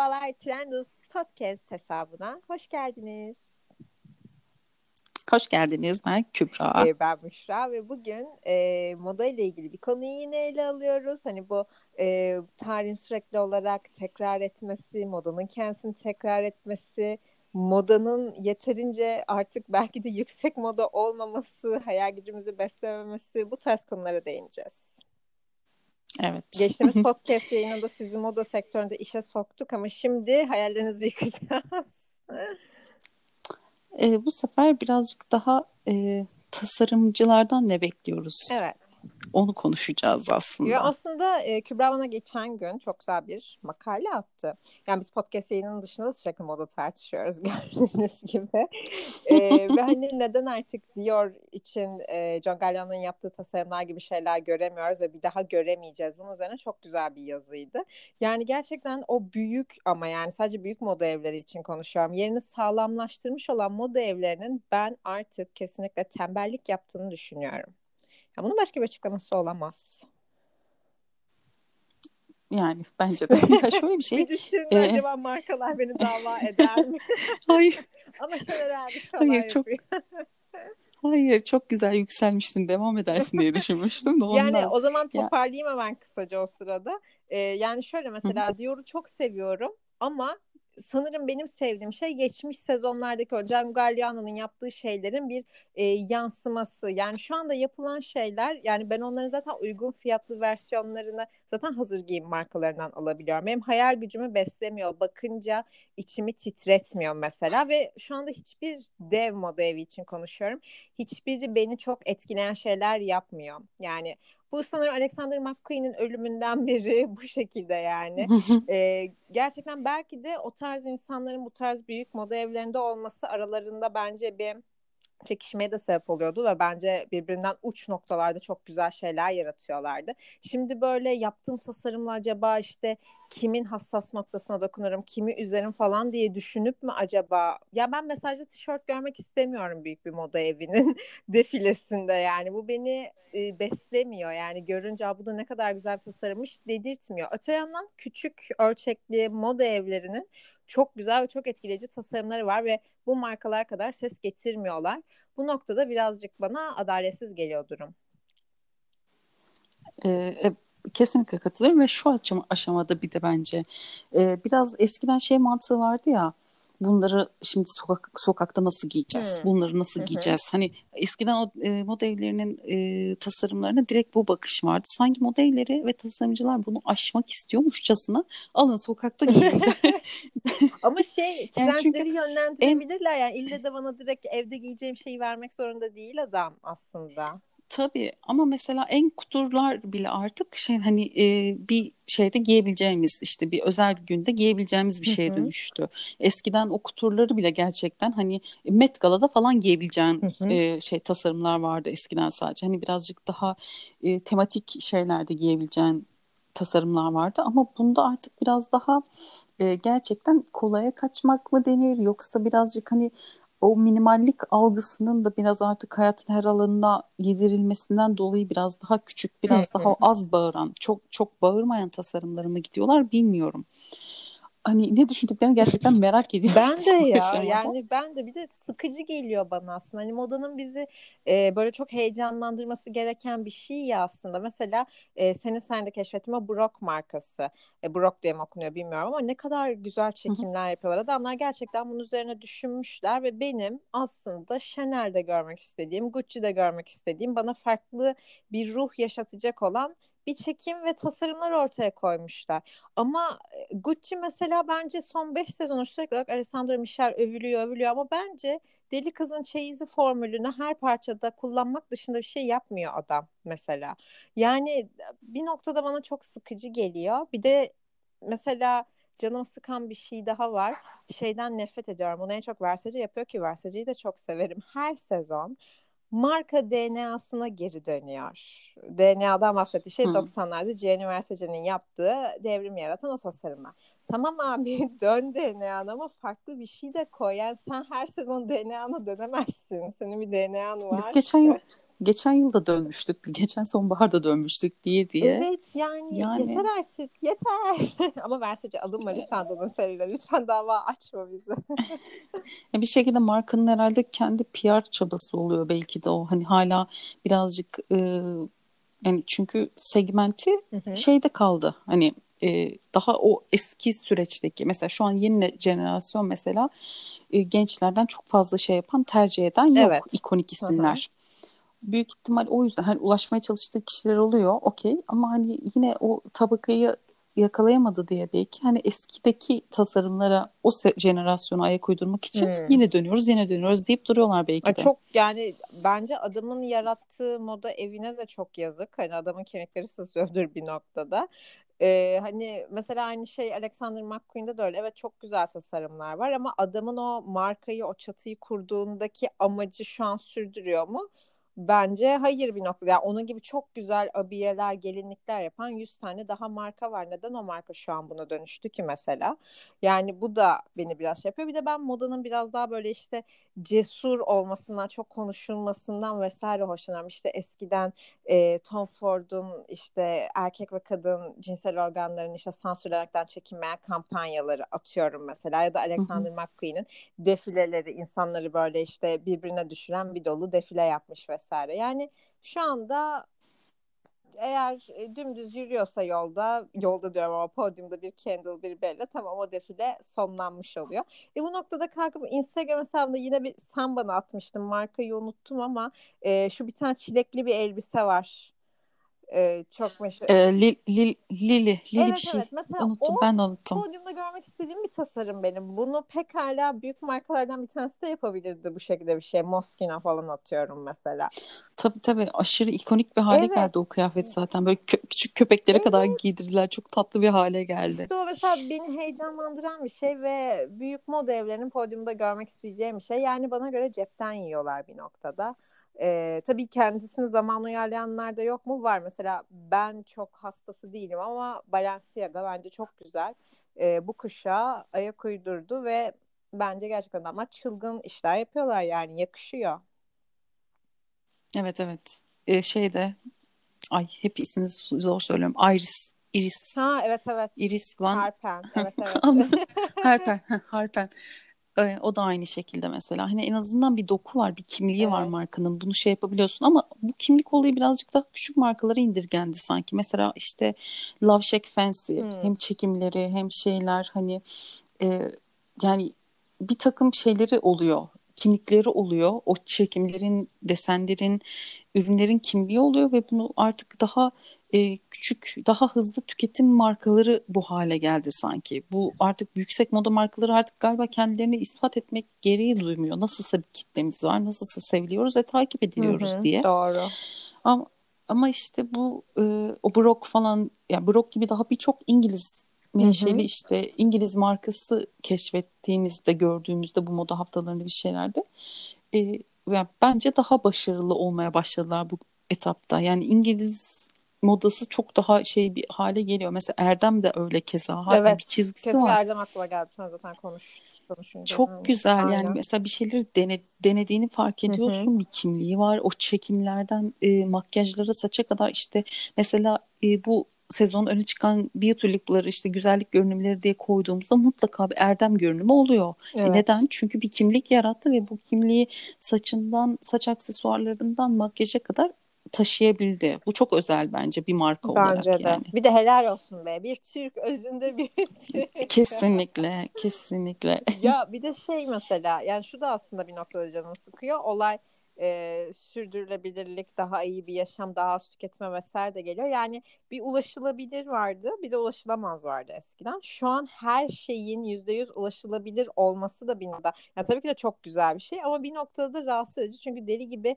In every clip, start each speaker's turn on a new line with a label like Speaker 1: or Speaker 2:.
Speaker 1: Merhabalar Trendus Podcast hesabına hoş geldiniz.
Speaker 2: Hoş geldiniz. Ben Kübra.
Speaker 1: Ben Müşra ve bugün moda ile ilgili bir konuyu yine ele alıyoruz. Hani bu tarihin sürekli olarak tekrar etmesi, modanın kendisini tekrar etmesi, modanın yeterince artık belki de yüksek moda olmaması, hayal gücümüzü beslememesi, bu tarz konulara değineceğiz.
Speaker 2: Evet.
Speaker 1: Geçtiğimiz podcast yayınında sizi moda sektöründe işe soktuk ama şimdi hayallerinizi yıkacağız.
Speaker 2: Bu sefer birazcık daha tasarımcılardan ne bekliyoruz?
Speaker 1: Evet.
Speaker 2: Onu konuşacağız
Speaker 1: Ve
Speaker 2: aslında.
Speaker 1: aslında Kübra bana geçen gün çok güzel bir makale attı. Yani biz podcast yayınının dışında da sürekli moda tartışıyoruz gördüğünüz gibi. Ve hani neden artık Dior için John Galliano'nun yaptığı tasarımlar gibi şeyler göremiyoruz ve bir daha göremeyeceğiz. Bunun üzerine çok güzel bir yazıydı. Yani gerçekten o büyük ama yani sadece büyük moda evleri için konuşuyorum. Yerini sağlamlaştırmış olan moda evlerinin ben artık kesinlikle tembellik yaptığını düşünüyorum. Ya bunun başka bir açıklaması olamaz.
Speaker 2: Yani bence de. Ya şöyle bir şey.
Speaker 1: Bir düşünün acaba markalar beni dava eder mi?
Speaker 2: Hayır.
Speaker 1: Ama Şener Ermiş falan
Speaker 2: Hayır çok
Speaker 1: yapıyor.
Speaker 2: hayır çok güzel yükselmiştin. Devam edersin diye düşünmüştüm de
Speaker 1: Yani
Speaker 2: ondan.
Speaker 1: o zaman
Speaker 2: Ya
Speaker 1: toparlayayım hemen kısaca o sırada. Yani şöyle
Speaker 2: hı hı.
Speaker 1: mesela Dior'u çok seviyorum ama sanırım benim sevdiğim şey geçmiş sezonlardaki o Can Galliano'nun yaptığı şeylerin bir yansıması. Yani şu anda yapılan şeyler yani ben onların zaten uygun fiyatlı versiyonlarını zaten hazır giyim markalarından alabiliyorum. Benim hayal gücümü beslemiyor. Bakınca içimi titretmiyor mesela ve şu anda hiçbir dev moda evi için konuşuyorum. Hiçbiri beni çok etkileyen şeyler yapmıyor. Yani bu sanırım Alexander McQueen'in ölümünden beri bu şekilde yani. Gerçekten belki de o tarz insanların bu tarz büyük moda evlerinde olması aralarında bence bir çekişmeye de sebep oluyordu ve bence birbirinden uç noktalarda çok güzel şeyler yaratıyorlardı. Şimdi böyle yaptığım tasarımla acaba işte kimin hassas noktasına dokunurum, kimi üzerim falan diye düşünüp mü acaba? Ya ben mesajlı tişört görmek istemiyorum büyük bir moda evinin defilesinde yani. Bu beni beslemiyor yani görünce bu da ne kadar güzel bir tasarımmış dedirtmiyor. Öte yandan küçük ölçekli moda evlerinin çok güzel ve çok etkileyici tasarımları var ve bu markalar kadar ses getirmiyorlar. Bu noktada birazcık bana adaletsiz geliyor durum.
Speaker 2: E, e, Kesinlikle katılıyorum ve şu aşamada bir de bence biraz eskiden şey mantığı vardı ya, bunları şimdi sokakta nasıl giyeceğiz?
Speaker 1: Hmm.
Speaker 2: Bunları nasıl
Speaker 1: Hı hı.
Speaker 2: giyeceğiz? Hani eskiden o moda evlerinin tasarımlarına direkt bu bakış vardı. Sanki moda evleri ve tasarımcılar bunu aşmak istiyormuşçasına alın sokakta giyin der.
Speaker 1: Ama şey
Speaker 2: Yani çünkü
Speaker 1: trendleri
Speaker 2: en
Speaker 1: yönlendirebilirler yani ille de bana direkt evde giyeceğim şeyi vermek zorunda değil adam aslında.
Speaker 2: tabii ama mesela en kuturlar bile artık şey hani bir şeyde giyebileceğimiz, işte bir özel günde giyebileceğimiz bir
Speaker 1: Hı
Speaker 2: şeye
Speaker 1: hı.
Speaker 2: dönüştü. Eskiden o kuturları bile gerçekten hani Met Gala'da falan giyebileceğin
Speaker 1: Hı hı.
Speaker 2: şey tasarımlar vardı eskiden sadece. Hani birazcık daha tematik şeylerde giyebileceğin tasarımlar vardı ama bunda artık biraz daha gerçekten kolaya kaçmak mı denir, yoksa birazcık hani o minimallik algısının da biraz artık hayatın her alanına yedirilmesinden dolayı biraz daha küçük,
Speaker 1: Hı
Speaker 2: biraz daha
Speaker 1: hı.
Speaker 2: az bağıran, çok çok bağırmayan tasarımlara mı gidiyorlar bilmiyorum. Hani ne düşündüklerini gerçekten merak ediyorum
Speaker 1: Ben de
Speaker 2: bu
Speaker 1: ya
Speaker 2: aşamada.
Speaker 1: yani ben de bir de sıkıcı geliyor bana aslında hani modanın bizi böyle çok heyecanlandırması gereken bir şey ya aslında mesela senin sen de keşfettiğin o Brok markası, Brok diye mi okunuyor bilmiyorum ama ne kadar güzel
Speaker 2: Hı hı.
Speaker 1: çekimler yapıyorlar adamlar gerçekten bunun üzerine düşünmüşler ve benim aslında Chanel'de görmek istediğim, Gucci'de görmek istediğim bana farklı bir ruh yaşatacak olan bir çekim ve tasarımlar ortaya koymuşlar. Ama Gucci mesela bence son 5 sezonun sürekli olarak Alessandro Michel övülüyor ama bence Deli Kızın Çeyizi formülünü her parçada kullanmak dışında bir şey yapmıyor adam mesela. Yani bir noktada bana çok sıkıcı geliyor. Bir de mesela canımı sıkan bir şey daha var. Şeyden nefret ediyorum. Bunu en çok Versace yapıyor ki Versace'yi de çok severim. Her sezon marka DNA'sına geri dönüyor. DNA'dan bahsettiği şey
Speaker 2: Hı.
Speaker 1: 90'larda Gianni Versace'nin yaptığı devrim yaratan o tasarımlar. Tamam abi dön DNA'na ama farklı bir şey de koy. Yani sen her sezon DNA'na dönemezsin. Senin bir DNA'n
Speaker 2: Biz
Speaker 1: var.
Speaker 2: geçen geçen yıl da dönmüştük, geçen sonbaharda dönmüştük diye.
Speaker 1: Evet yani yeter
Speaker 2: Yani
Speaker 1: artık yeter. Ama Versace alınma lütfen Donatella, lütfen dava açma bizi.
Speaker 2: bir şekilde markanın herhalde kendi PR çabası oluyor belki de o. Hani hala birazcık yani çünkü segmenti
Speaker 1: Hı hı.
Speaker 2: şeyde kaldı. Hani daha o eski süreçteki mesela şu an yeni jenerasyon mesela gençlerden çok fazla şey yapan tercih eden yok
Speaker 1: Evet.
Speaker 2: ikonik
Speaker 1: Hı hı.
Speaker 2: isimler. Büyük ihtimal o yüzden hani ulaşmaya çalıştığı kişiler oluyor okey ama hani yine o tabakayı yakalayamadı diye belki hani eskideki tasarımlara o jenerasyona ayak uydurmak için
Speaker 1: Hmm.
Speaker 2: yine dönüyoruz deyip duruyorlar
Speaker 1: Ay
Speaker 2: belki de.
Speaker 1: çok yani bence adamın yarattığı moda evine de çok yazık. Hani adamın kemikleri sızlıyordur bir noktada. Hani mesela aynı şey Alexander McQueen'de de öyle. Evet çok güzel tasarımlar var ama adamın o markayı, o çatıyı kurduğundaki amacı şu an sürdürüyor mu? Bence hayır bir noktada. Yani onun gibi çok güzel abiyeler, gelinlikler yapan 100 tane daha marka var. Neden o marka şu an buna dönüştü ki mesela? Yani bu da beni biraz şey yapıyor. Bir de ben modanın biraz daha böyle işte cesur olmasından, çok konuşulmasından vesaire hoşlanıyorum. İşte eskiden Tom Ford'un işte erkek ve kadın cinsel organlarını işte sansürlemekten çekinmeyen kampanyaları atıyorum mesela ya da
Speaker 2: Hı hı.
Speaker 1: Alexander McQueen'in defileleri insanları böyle işte birbirine düşüren bir dolu defile yapmış vesaire. Yani şu anda eğer dümdüz yürüyorsa yolda diyorum ama podyumda bir Kendall, bir Bella tamam o defile sonlanmış oluyor. Bu noktada kalkıp Instagram hesabında yine bir sen bana atmıştın markayı unuttum ama şu bir tane çilekli bir elbise var. Çok meşhur.
Speaker 2: Lili bir
Speaker 1: Evet
Speaker 2: şey
Speaker 1: evet mesela o
Speaker 2: unuttum ben de unuttum.
Speaker 1: podyumda görmek istediğim bir tasarım benim. Bunu pekala büyük markalardan bir tanesi de yapabilirdi bu şekilde bir şey. Moschino falan atıyorum mesela.
Speaker 2: Tabii aşırı ikonik bir hale geldi o
Speaker 1: Evet.
Speaker 2: kıyafet zaten böyle küçük köpeklere kadar
Speaker 1: Evet.
Speaker 2: giydirdiler çok tatlı bir hale geldi.
Speaker 1: İşte o mesela beni heyecanlandıran bir şey ve büyük moda evlerinin podyumda görmek isteyeceğim bir şey. Yani bana göre cepten yiyorlar bir noktada. Tabii kendisini zaman uyarlayanlar da yok mu? Var. Mesela ben çok hastası değilim ama Balenciaga bence çok güzel. Bu kuşağa ayak uydurdu ve bence gerçekten adamlar çılgın işler yapıyorlar yani yakışıyor.
Speaker 2: Evet. Şeyde ay hep ismini zor söylüyorum.
Speaker 1: Ha evet evet.
Speaker 2: Iris Van
Speaker 1: Harpen. Evet evet.
Speaker 2: Harpen. O da aynı şekilde mesela. Hani en azından bir doku var, bir kimliği var
Speaker 1: Evet.
Speaker 2: markanın. Bunu şey yapabiliyorsun ama bu kimlik olayı birazcık daha küçük markalara indirgendi sanki. Mesela işte Love Shack Fancy
Speaker 1: Hmm.
Speaker 2: hem çekimleri hem şeyler hani e, yani bir takım şeyleri oluyor. Kimlikleri oluyor. O çekimlerin, desenlerin, ürünlerin kimliği oluyor ve bunu artık daha küçük, daha hızlı tüketim markaları bu hale geldi sanki. Bu artık yüksek moda markaları artık galiba kendilerini ispat etmek gereği duymuyor. Nasılsa bir kitlemiz var, nasılsa seviliyoruz ve takip
Speaker 1: Hı
Speaker 2: ediliyoruz
Speaker 1: hı,
Speaker 2: diye.
Speaker 1: doğru.
Speaker 2: Ama, ama işte bu o Brok falan, ya Brok gibi daha birçok İngiliz
Speaker 1: Hı
Speaker 2: menşeli
Speaker 1: hı.
Speaker 2: işte İngiliz markası keşfettiğimizde gördüğümüzde bu moda haftalarında bir şeylerde e, yani bence daha başarılı olmaya başladılar bu etapta. Yani İngiliz modası çok daha şey bir hale geliyor. Mesela Erdem de öyle keza hala bir
Speaker 1: Evet.
Speaker 2: çizgisi
Speaker 1: Kesinlikle
Speaker 2: var.
Speaker 1: Erdem aklıma geldi. Sen zaten konuşunca.
Speaker 2: Çok
Speaker 1: Aynen.
Speaker 2: güzel yani
Speaker 1: Aynen.
Speaker 2: mesela bir şeyleri denediğini fark
Speaker 1: Hı hı.
Speaker 2: ediyorsun, bir kimliği var, o çekimlerden makyajlara saça kadar işte mesela bu sezon öne çıkan beauty look'ları işte güzellik görünümleri diye koyduğumuzda mutlaka bir Erdem görünümü oluyor.
Speaker 1: Evet.
Speaker 2: Neden? Çünkü bir kimlik yarattı ve bu kimliği saçından saç aksesuarlarından makyaja kadar taşıyabildi. Bu çok özel bence bir marka olarak
Speaker 1: Bence de.
Speaker 2: yani.
Speaker 1: Bir de helal olsun be. Bir Türk özünde bir Türk.
Speaker 2: Kesinlikle.
Speaker 1: Ya bir de şey mesela yani şu da aslında bir noktada canını sıkıyor. Olay sürdürülebilirlik, daha iyi bir yaşam, daha az tüketime vesaire de geliyor. Yani bir ulaşılabilir vardı, bir de ulaşılamaz vardı eskiden. Şu an her şeyin %100 ulaşılabilir olması da bir noktada. Ya tabii ki de çok güzel bir şey ama bir noktada da rahatsız edici. Çünkü deli gibi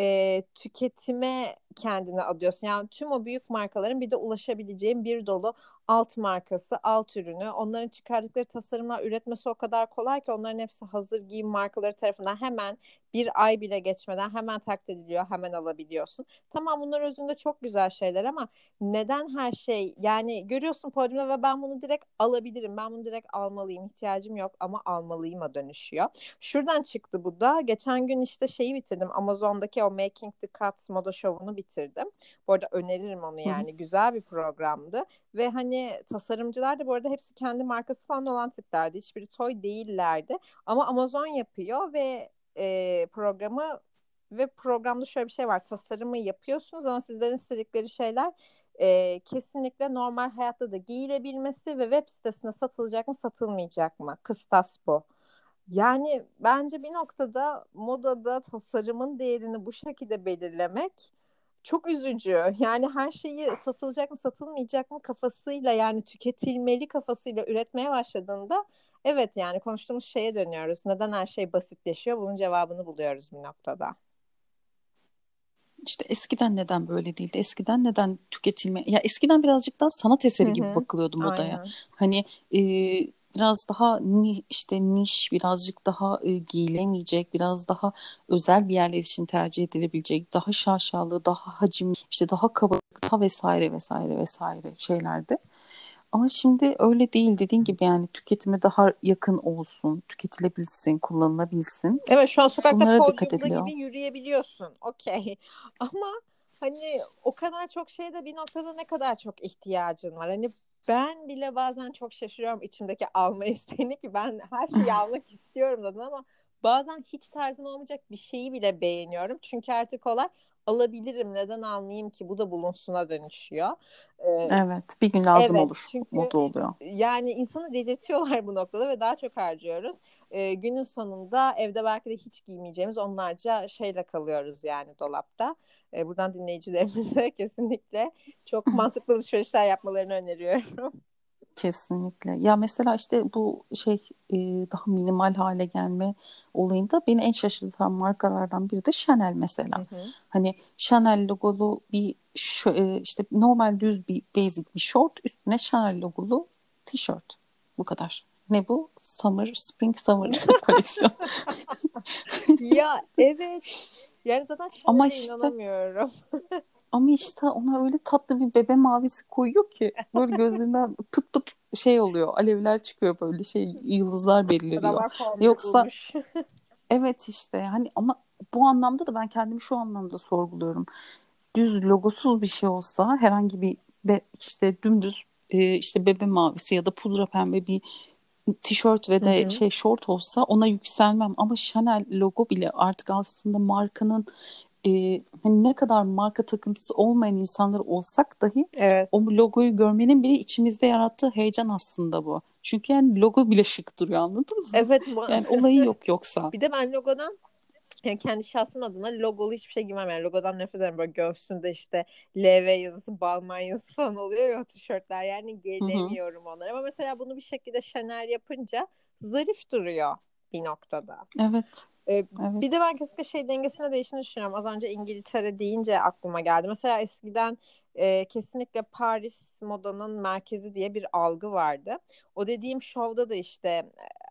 Speaker 1: tüketime kendini adıyorsun. Yani tüm o büyük markaların bir de ulaşabileceğin bir dolu alt markası, alt ürünü. Onların çıkardıkları tasarımlar üretmesi o kadar kolay ki onların hepsi hazır giyim markaları tarafından hemen bir ay bile geçmeden geçmeden hemen taklit ediliyor, hemen alabiliyorsun. Tamam, bunlar özünde çok güzel şeyler ama neden her şey, yani görüyorsun podyumda ve ben bunu direkt alabilirim, ben bunu direkt almalıyım, ihtiyacım yok ama almalıyım'a dönüşüyor. Şuradan çıktı bu da. Geçen gün işte şeyi bitirdim. Amazon'daki o Making the Cut moda şovunu bitirdim. Bu arada öneririm onu,
Speaker 2: Hı hı.
Speaker 1: yani güzel bir programdı. Ve hani tasarımcılar da bu arada hepsi kendi markası falan olan tiplerdi. Hiçbiri toy değillerdi. Ama Amazon yapıyor ve programı, ve programda şöyle bir şey var. Tasarımı yapıyorsunuz ama sizlerin istedikleri şeyler kesinlikle normal hayatta da giyilebilmesi ve web sitesine satılacak mı satılmayacak mı? Kıstas bu. Yani bence bir noktada modada tasarımın değerini bu şekilde belirlemek çok üzücü. Yani her şeyi satılacak mı satılmayacak mı kafasıyla, yani tüketilmeli kafasıyla üretmeye başladığında evet, yani konuştuğumuz şeye dönüyoruz. Neden her şey basitleşiyor? Bunun cevabını buluyoruz bir noktada.
Speaker 2: İşte eskiden neden böyle değildi? Eskiden neden tüketilme? Ya eskiden birazcık daha sanat
Speaker 1: Hı
Speaker 2: eseri gibi
Speaker 1: hı.
Speaker 2: bakılıyordu modaya.
Speaker 1: Aynen.
Speaker 2: Hani biraz daha işte niş, birazcık daha giyilemeyecek, biraz daha özel bir yerler için tercih edilebilecek, daha şaşalı, daha hacimli, işte daha kaba, daha vesaire vesaire vesaire şeylerdi. Ama şimdi öyle değil, dediğin gibi yani tüketime daha yakın olsun, tüketilebilsin, kullanılabilsin.
Speaker 1: Evet, şu an sokakta
Speaker 2: Bunlara dikkat
Speaker 1: podyumda gibi
Speaker 2: ediliyor.
Speaker 1: yürüyebiliyorsun. Okey. Ama hani o kadar çok şeyde bir noktada ne kadar çok ihtiyacın var. Hani ben bile bazen çok şaşırıyorum içimdeki alma isteğini, ki ben her şeyi almak istiyorum zaten ama bazen hiç tarzım olmayacak bir şeyi bile beğeniyorum. Çünkü artık olay alabilirim, neden almayayım ki, bu da bulunsuna dönüşüyor. Ee,
Speaker 2: Evet, bir gün lazım
Speaker 1: Evet,
Speaker 2: olur
Speaker 1: çünkü
Speaker 2: modu oluyor.
Speaker 1: yani insanı delirtiyorlar bu noktada ve daha çok harcıyoruz. Günün sonunda evde belki de hiç giymeyeceğimiz onlarca şeyle kalıyoruz yani dolapta. Buradan dinleyicilerimize kesinlikle çok mantıklı alışverişler yapmalarını öneriyorum.
Speaker 2: Kesinlikle. Ya mesela işte bu daha minimal hale gelme olayında beni en şaşırtan markalardan biri de Chanel
Speaker 1: Hı
Speaker 2: mesela.
Speaker 1: hı.
Speaker 2: Hani Chanel logolu bir işte normal düz bir basic bir short, üstüne Chanel logolu tişört. Bu kadar. Ne bu? Spring Summer koleksiyon.
Speaker 1: Ya evet. Yani zaten
Speaker 2: Ama
Speaker 1: Chanel'e
Speaker 2: işte
Speaker 1: inanamıyorum.
Speaker 2: Ama işte ona öyle tatlı bir bebe mavisi koyuyor ki böyle gözlerinden pıt pıt şey oluyor. Alevler çıkıyor, böyle yıldızlar beliriyor.
Speaker 1: Adamlar formülü
Speaker 2: Yoksa
Speaker 1: bulmuş.
Speaker 2: evet işte hani, ama bu anlamda da ben kendimi şu anlamda sorguluyorum. Düz logosuz bir şey olsa, herhangi bir işte dümdüz işte bebe mavisi ya da pudra pembe bir tişört ve
Speaker 1: Hı
Speaker 2: de
Speaker 1: hı.
Speaker 2: şort olsa ona yükselmem, ama Chanel logo bile artık aslında markanın hani ne kadar marka takıntısı olmayan insanlar olsak dahi o
Speaker 1: Evet.
Speaker 2: logoyu görmenin bile içimizde yarattığı heyecan aslında bu. Çünkü yani logo bile şık duruyor, anladın mı?
Speaker 1: Evet.
Speaker 2: Yani olayı yok yoksa.
Speaker 1: Bir de ben logodan, yani kendi şahsım adına logolu hiçbir şey giymem. Yani logodan nefret ederim. Böyle göğsünde işte LV yazısı, Balmain yazısı falan oluyor ya o tişörtler. Yani
Speaker 2: Hı hı.
Speaker 1: gelemiyorum onlara. Ama mesela bunu bir şekilde Chanel yapınca zarif duruyor bir noktada.
Speaker 2: Evet.
Speaker 1: Bir de
Speaker 2: Evet.
Speaker 1: ben kesinlikle şey dengesine değiştiğini düşünüyorum. Az önce İngiltere deyince aklıma geldi. Mesela eskiden kesinlikle Paris modanın merkezi diye bir algı vardı. O dediğim şovda da işte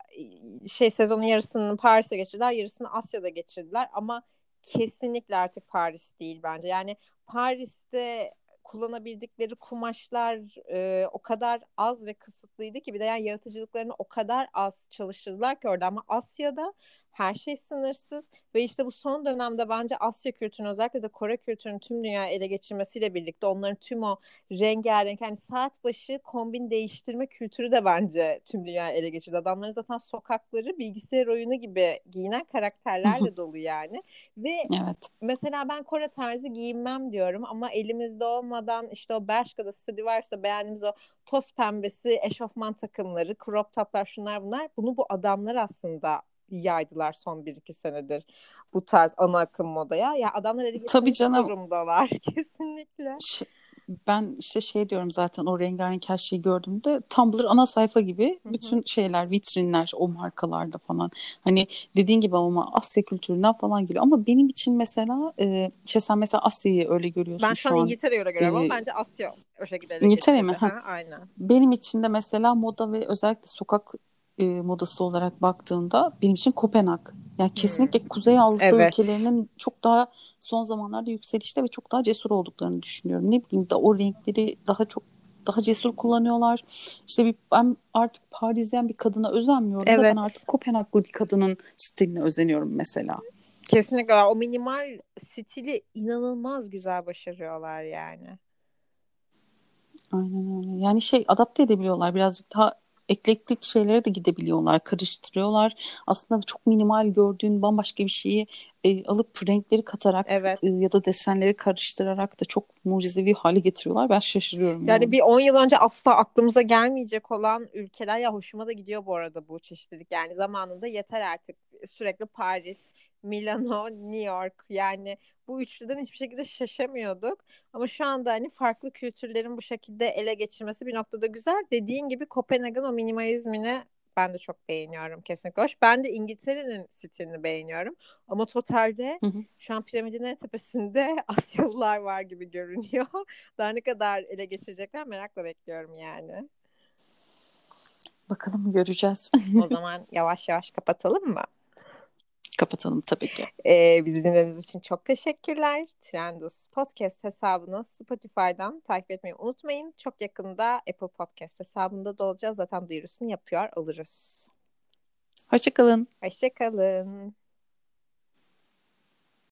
Speaker 1: sezonun yarısını Paris'te geçirdiler, yarısını Asya'da geçirdiler ama kesinlikle artık Paris değil bence. Yani Paris'te kullanabildikleri kumaşlar o kadar az ve kısıtlıydı ki, bir de yani yaratıcılıklarını o kadar az çalıştırdılar ki orada, ama Asya'da her şey sınırsız ve işte bu son dönemde bence Asya kültürünün, özellikle de Kore kültürünün tüm dünyayı ele geçirmesiyle birlikte onların tüm o rengarenk, hani saat başı kombin değiştirme kültürü de bence tüm dünyayı ele geçirdi. Adamların zaten sokakları bilgisayar oyunu gibi giyinen karakterlerle dolu yani. Ve
Speaker 2: Evet.
Speaker 1: mesela ben Kore tarzı giyinmem diyorum ama elimizde olmadan işte o Bershka'da, Stradivarius'ta beğendiğimiz o toz pembesi eşofman takımları, crop toplar, şunlar bunlar. Bunu bu adamlar aslında yaydılar son bir iki senedir bu tarz ana akım modaya. Ya adamlar ele
Speaker 2: Tabii
Speaker 1: geçirmiş
Speaker 2: canım.
Speaker 1: durumdalar kesinlikle.
Speaker 2: Ş- Ben işte diyorum, zaten o rengarenk her şeyi gördüğümde Tumblr ana sayfa gibi
Speaker 1: Hı hı.
Speaker 2: bütün şeyler, vitrinler o markalarda falan. Hani dediğin gibi, ama Asya kültüründen falan geliyor. Ama benim için mesela işte sen mesela Asya'yı öyle
Speaker 1: Ben
Speaker 2: görüyorsun
Speaker 1: şu an
Speaker 2: şu an.
Speaker 1: İngiltere'ye göre görüyorum ama
Speaker 2: E,
Speaker 1: bence Asya o şekilde ele
Speaker 2: İngiltere mi?
Speaker 1: geçirdi.
Speaker 2: Ha.
Speaker 1: Ha, aynen.
Speaker 2: Benim için de mesela moda ve özellikle sokak modası olarak baktığında benim için Kopenhag. Yani
Speaker 1: Hmm.
Speaker 2: kesinlikle Kuzey Avrupa
Speaker 1: Evet.
Speaker 2: ülkelerinin çok daha son zamanlarda yükselişte ve çok daha cesur olduklarını düşünüyorum. Ne bileyim da o renkleri daha cesur kullanıyorlar. İşte ben artık Parisyen bir kadına özenmiyorum da ben
Speaker 1: Evet.
Speaker 2: artık Kopenhaglı bir kadının stiline özeniyorum mesela.
Speaker 1: Kesinlikle o minimal stili inanılmaz güzel başarıyorlar yani.
Speaker 2: Aynen öyle. Yani adapte edebiliyorlar. Birazcık daha eklektik şeylere de gidebiliyorlar. Karıştırıyorlar. Aslında çok minimal gördüğün bambaşka bir şeyi alıp renkleri katarak
Speaker 1: Evet.
Speaker 2: ya da desenleri karıştırarak da çok mucizevi hale getiriyorlar. Ben şaşırıyorum
Speaker 1: Yani
Speaker 2: yani.
Speaker 1: bir 10 yıl önce asla aklımıza gelmeyecek olan ülkeler ya hoşuma da gidiyor bu arada bu çeşitlilik. Yani zamanında yeter artık sürekli Paris, Milano, New York yani bu üçlüden hiçbir şekilde şaşamıyorduk. Ama şu anda hani farklı kültürlerin bu şekilde ele geçirmesi bir noktada güzel. Dediğin gibi Kopenhag'ın o minimalizmini ben de çok beğeniyorum kesinlikle hoş. Ben de İngiltere'nin stilini beğeniyorum. Ama totalde
Speaker 2: Hı hı.
Speaker 1: şu an piramidin en tepesinde Asyalılar var gibi görünüyor. Daha ne kadar ele geçirecekler merakla bekliyorum yani.
Speaker 2: Bakalım göreceğiz.
Speaker 1: O zaman yavaş yavaş kapatalım mı?
Speaker 2: Kapatalım tabii ki.
Speaker 1: Bizi dinlediğiniz için çok teşekkürler. Trendus Podcast hesabını Spotify'dan takip etmeyi unutmayın. Çok yakında Apple Podcast hesabında da olacağız. Zaten duyurusunu yapıyor oluruz.
Speaker 2: Hoşça kalın.
Speaker 1: Hoşçakalın.